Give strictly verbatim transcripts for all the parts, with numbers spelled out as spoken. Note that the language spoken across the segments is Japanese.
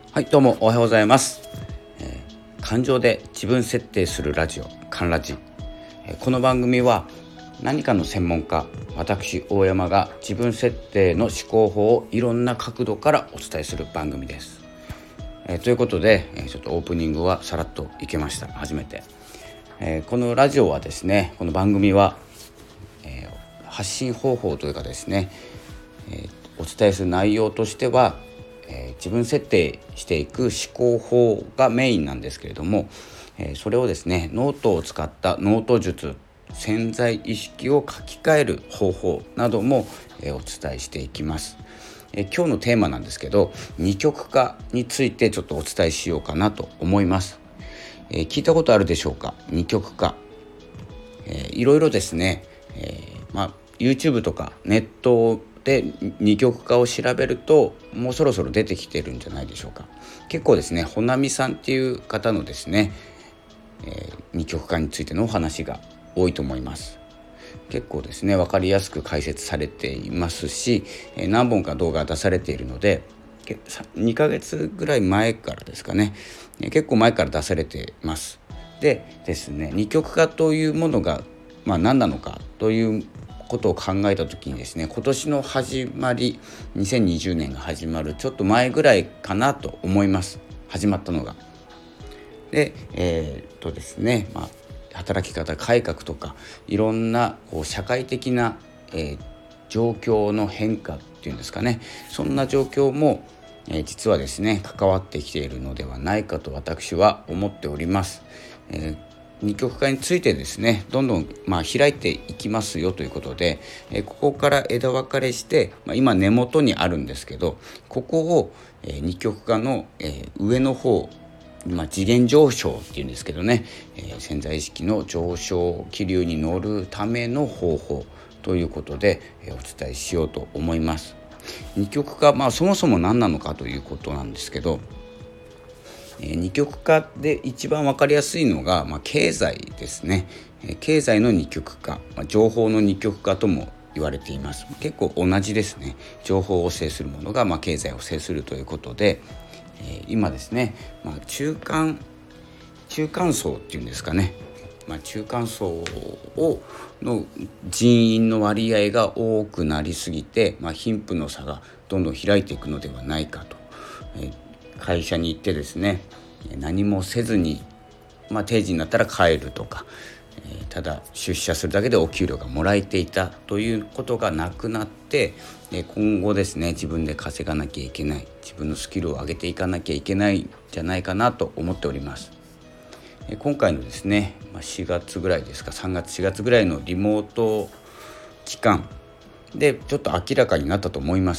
はい、どうもおはようございます。えー、感情で自分設定するラジオ、カンラジ。えー、この番組は何かの専門家、私大山が自分設定の思考法をいろんな角度からお伝えする番組です。えー、ということで、えー、ちょっとオープニングはさらっといけました。初めて。えー、このラジオはですね、この番組は、えー、発信方法というかですね、えー、お伝えする内容としては。えー、自分設定していく思考法がメインなんですけれども、えー、それをですねノートを使ったノート術、潜在意識を書き換える方法なども、えー、お伝えしていきます。えー、今日のテーマなんですけど、二極化についてちょっとお伝えしようかなと思います。えー、聞いたことあるでしょうか？二極化、えー、いろいろですね、えーまあ、YouTube とかネットで二極化を調べるともうそろそろ出てきてるんじゃないでしょうか。結構ですね、ほなみさんっていう方のですね、えー、二極化についてのお話が多いと思います。結構ですね分かりやすく解説されていますし、えー、何本か動画出されているのでにかげつぐらい前からですかね、えー、結構前から出されています。でですね、二極化というものが、まあ、何なのかということを考えた時にですね、今年の始まりにせんにじゅうねんが始まるちょっと前ぐらいかなと思います。始まったのがでえー、っとですね、まあ、働き方改革とかいろんなこう社会的な、えー、状況の変化っていうんですかね、そんな状況も、えー、実はですね関わってきているのではないかと私は思っております。えー二極化についてですねどんどんまあ開いていきますよということで、えー、ここから枝分かれして、まあ、今根元にあるんですけど、ここを、えー、二極化の、えー、上の方、まあ、次元上昇っていうんですけどね、えー、潜在意識の上昇気流に乗るための方法ということで、えー、お伝えしようと思います。二極化、まあ、そもそも何なのかということなんですけど、二極化で一番分かりやすいのが、まあ、経済ですね。経済の二極化、まあ、情報の二極化とも言われています。結構同じですね。情報を制するものが、まあ、経済を制するということで、えー、今ですね、まあ、中間中間層っていうんですかね、まあ、中間層をの人員の割合が多くなりすぎて、まあ、貧富の差がどんどん開いていくのではないかと。えー会社に行ってですね、何もせずに、まあ、定時になったら帰るとか、えー、ただ出社するだけでお給料がもらえていたということがなくなって、えー、今後ですね自分で稼がなきゃいけない、自分のスキルを上げていかなきゃいけないんじゃないかなと思っております。えー、今回のですね、まあ、しがつぐらいですか、さんがつしがつぐらいのリモート期間でちょっと明らかになったと思います。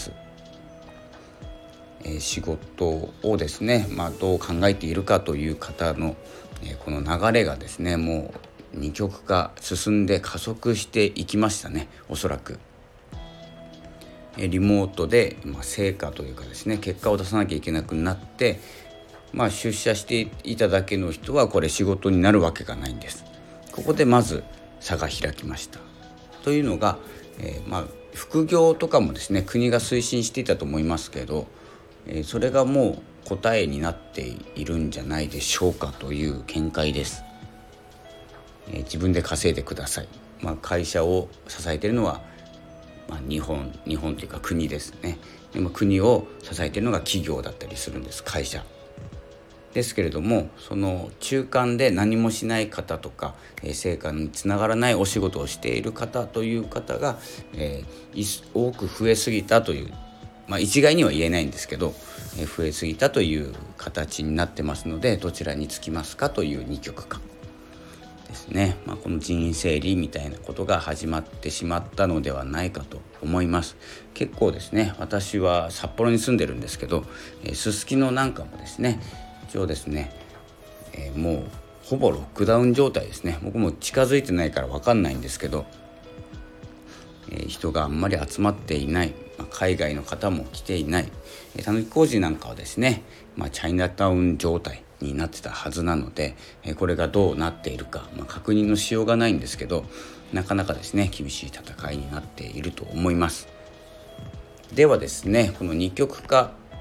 仕事をですね、まあ、どう考えているかという方のこの流れがですね、もう二極化進んで加速していきましたね。おそらくリモートで成果というかですね、結果を出さなきゃいけなくなって、まあ、出社していただけの人はこれ仕事になるわけがないんです。ここでまず差が開きましたというのが、えー、まあ副業とかもですね国が推進していたと思いますけど、それがもう答えになっているんじゃないでしょうかという見解です。自分で稼いでください、まあ、会社を支えているのは、まあ、日本日本というか国ですね。でも国を支えているのが企業だったりするんです。会社ですけれども、その中間で何もしない方とか、えー、成果につながらないお仕事をしている方という方が、えー、多く増えすぎたという、まあ、一概には言えないんですけど、えー、増えすぎたという形になってますので、どちらにつきますかという二極化ですね。まあ、この人員整理みたいなことが始まってしまったのではないかと思います。結構ですね、私は札幌に住んでるんですけど、すすきのなんかもですね、一応ですね、えー、もうほぼロックダウン状態ですね。僕も近づいてないから分かんないんですけど、えー、人があんまり集まっていない、まあ、海外の方も来ていない、えー、たぬき工事なんかはですね、まあ、チャイナタウン状態になってたはずなので、えー、これがどうなっているか、まあ、確認のしようがないんですけど、なかなかですね厳しい戦いになっていると思います。ではですね、この二極化、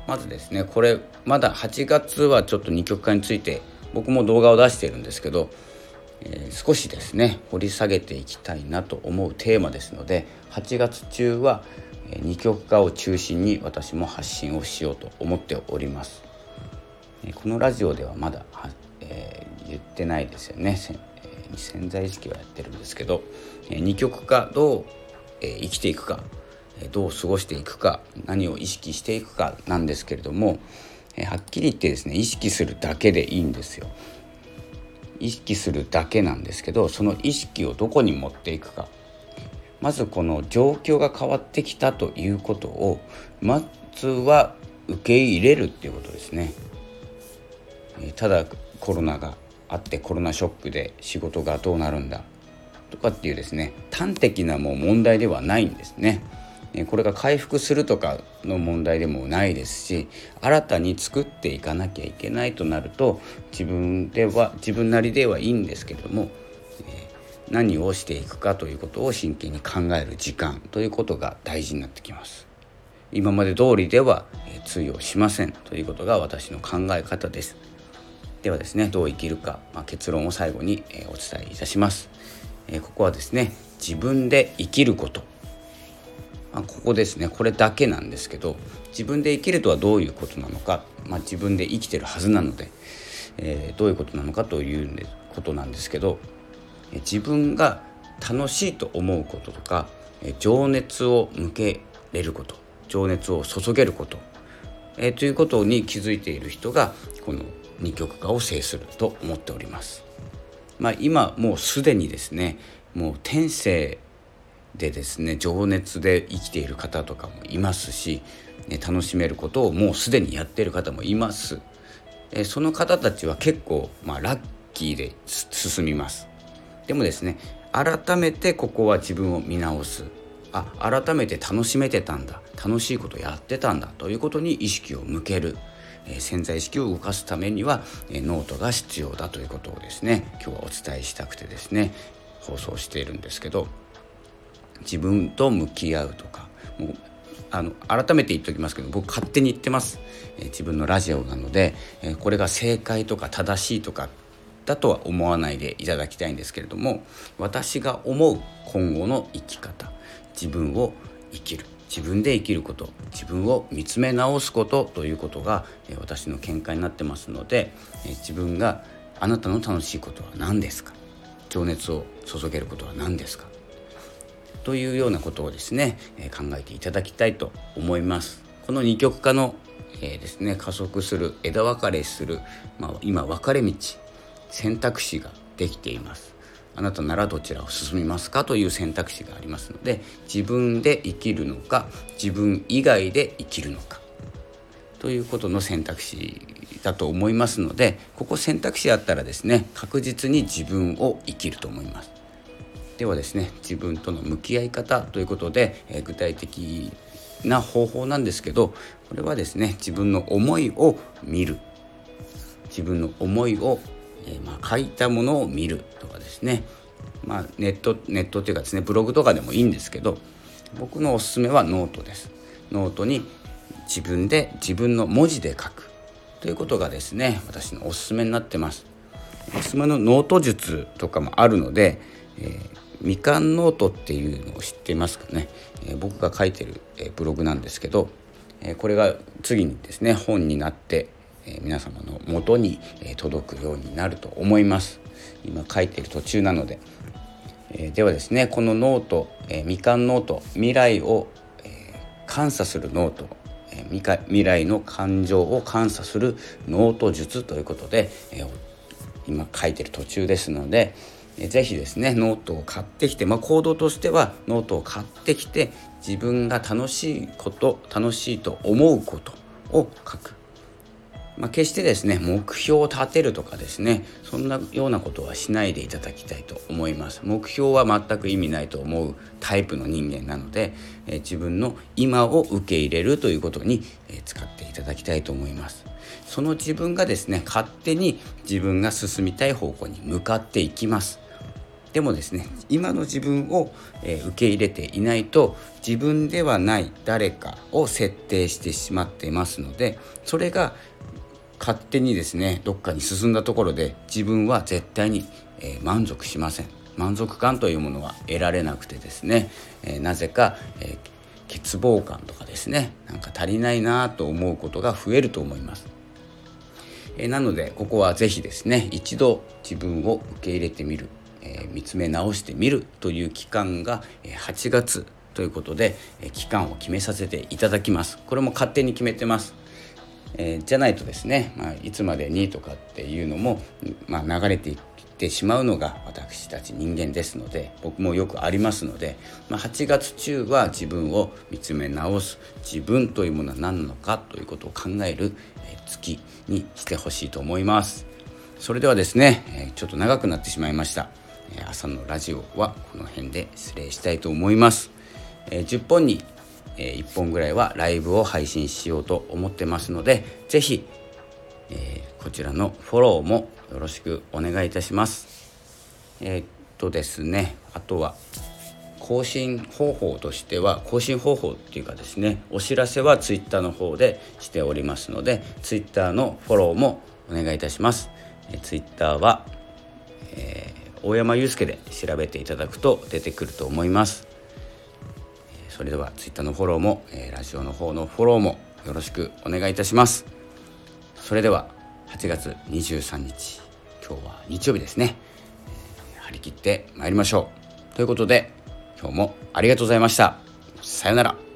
まずですね、これまだはちがつはちょっと二極化について僕も動画を出しているんですけど、えー、少しですね掘り下げていきたいなと思うテーマですので、はちがつ中は二極化を中心に私も発信をしようと思っております。このラジオではまだ、えー、言ってないですよね。潜在意識はやってるんですけど、二極化どう、えー、生きていくか、どう過ごしていくか、何を意識していくかなんですけれども、えー、はっきり言ってですね、意識するだけでいいんですよ。意識するだけなんですけど、その意識をどこに持っていくか。まずこの状況が変わってきたということをまずは受け入れるっていうことですね。ただコロナがあってコロナショックで仕事がどうなるんだとかっていうですね、端的なもう問題ではないんですね。これが回復するとかの問題でもないですし、新たに作っていかなきゃいけないとなると自分では自分なりではいいんですけれども、何をしていくかということを真剣に考える時間ということが大事になってきます。今まで通りでは通用しませんということが私の考え方です。ではですね、どう生きるか、まあ、結論を最後にお伝えいたします。ここはですね、自分で生きること、まあ、ここですね、これだけなんですけど、自分で生きるとはどういうことなのか、まあ、自分で生きてるはずなので、えー、どういうことなのかということなんですけど、自分が楽しいと思うこととか、情熱を向けれること、情熱を注げること、えー、ということに気づいている人がこの二極化を制すると思っております。まあ、今もうすでにですね、もう天性でですね、情熱で生きている方とかもいますし、ね、楽しめることをもうすでにやっている方もいます。えー、その方たちは結構、まあ、ラッキーで進みます。でもですね、改めてここは自分を見直す、あ、改めて楽しめてたんだ、楽しいことやってたんだということに意識を向ける、えー、潜在意識を動かすためには、えー、ノートが必要だということをですね、今日はお伝えしたくてですね放送しているんですけど、自分と向き合うとか、もうあの改めて言っておきますけど、僕勝手に言ってます、えー、自分のラジオなので、えー、これが正解とか正しいとかだとは思わないでいただきたいんですけれども、私が思う今後の生き方、自分を生きる、自分で生きること、自分を見つめ直すことということが、えー、私の見解になってますので、えー、自分があなたの楽しいことは何ですか、情熱を注げることは何ですかというようなことをですね、えー、考えていただきたいと思います。この二極化の、えー、ですね、加速する、枝分かれする、まあ、今分かれ道、選択肢ができています。あなたならどちらを進みますかという選択肢がありますので、自分で生きるのか自分以外で生きるのかということの選択肢だと思いますので、ここ選択肢あったらですね、確実に自分を生きると思います。ではですね、自分との向き合い方ということで、えー、具体的な方法なんですけど、これはですね、自分の思いを見る、自分の思いをえーまあ、書いたものを見るとかですね、まあ、ネットネットというかですね、ブログとかでもいいんですけど、僕のおすすめはノートです。ノートに自分で自分の文字で書くということがですね、私のおすすめになってます。おすすめのノート術とかもあるので、えー、みかんノートっていうのを知っていますかね。えー、僕が書いてる、えー、ブログなんですけど、えー、これが次にですね本になってえー、皆様の元に、えー、届くようになると思います。今書いている途中なので、えー、ではですね、このノート、えー、みかんノート、未来を、えー、監査するノート、えー、未, 未来の感情を監査するノート術ということで、えー、今書いている途中ですので、えー、ぜひですねノートを買ってきて、まあ、行動としてはノートを買ってきて、自分が楽しいこと、楽しいと思うことを書く。まあ、決してですね目標を立てるとかですね、そんなようなことはしないでいただきたいと思います。目標は全く意味ないと思うタイプの人間なので、えー、自分の今を受け入れるということに、えー、使っていただきたいと思います。その自分がですね勝手に自分が進みたい方向に向かっていきます。 でもですね、今の自分を、えー、受け入れていないと、自分ではない誰かを設定してしまっていますので、それが勝手にですねどっかに進んだところで自分は絶対に、えー、満足しません。満足感というものは得られなくてですね、えー、なぜか、えー、欠乏感とかですね、なんか足りないなと思うことが増えると思います。えー、なのでここはぜひですね、一度自分を受け入れてみる、えー、見つめ直してみるという期間がはちがつということで、えー、期間を決めさせていただきます。これも勝手に決めてます。えー、じゃないとですね、まあ、いつまでにとかっていうのも、まあ、流れていってしまうのが私たち人間ですので、僕もよくありますので、まあ、はちがつ中は自分を見つめ直す、自分というものは何なのかということを考える、えー、月にしてほしいと思います。それではですね、えー、ちょっと長くなってしまいました。えー、朝のラジオはこの辺で失礼したいと思います。えー、じゅっぽんにいっぽんぐらいはライブを配信しようと思ってますので、ぜひ、えー、こちらのフォローもよろしくお願いいたします。えー、っとですねあとは更新方法としては、更新方法っていうかですね、お知らせはツイッターの方でしておりますので、ツイッターのフォローもお願いいたします。えー、ツイッターは、えー、大山祐介で調べていただくと出てくると思います。それではツイッターのフォローも、えー、ラジオの方のフォローもよろしくお願いいたします。それでははちがつにじゅうさんにち、今日は日曜日ですね、えー、張り切ってまいりましょうということで、今日もありがとうございました。さよなら。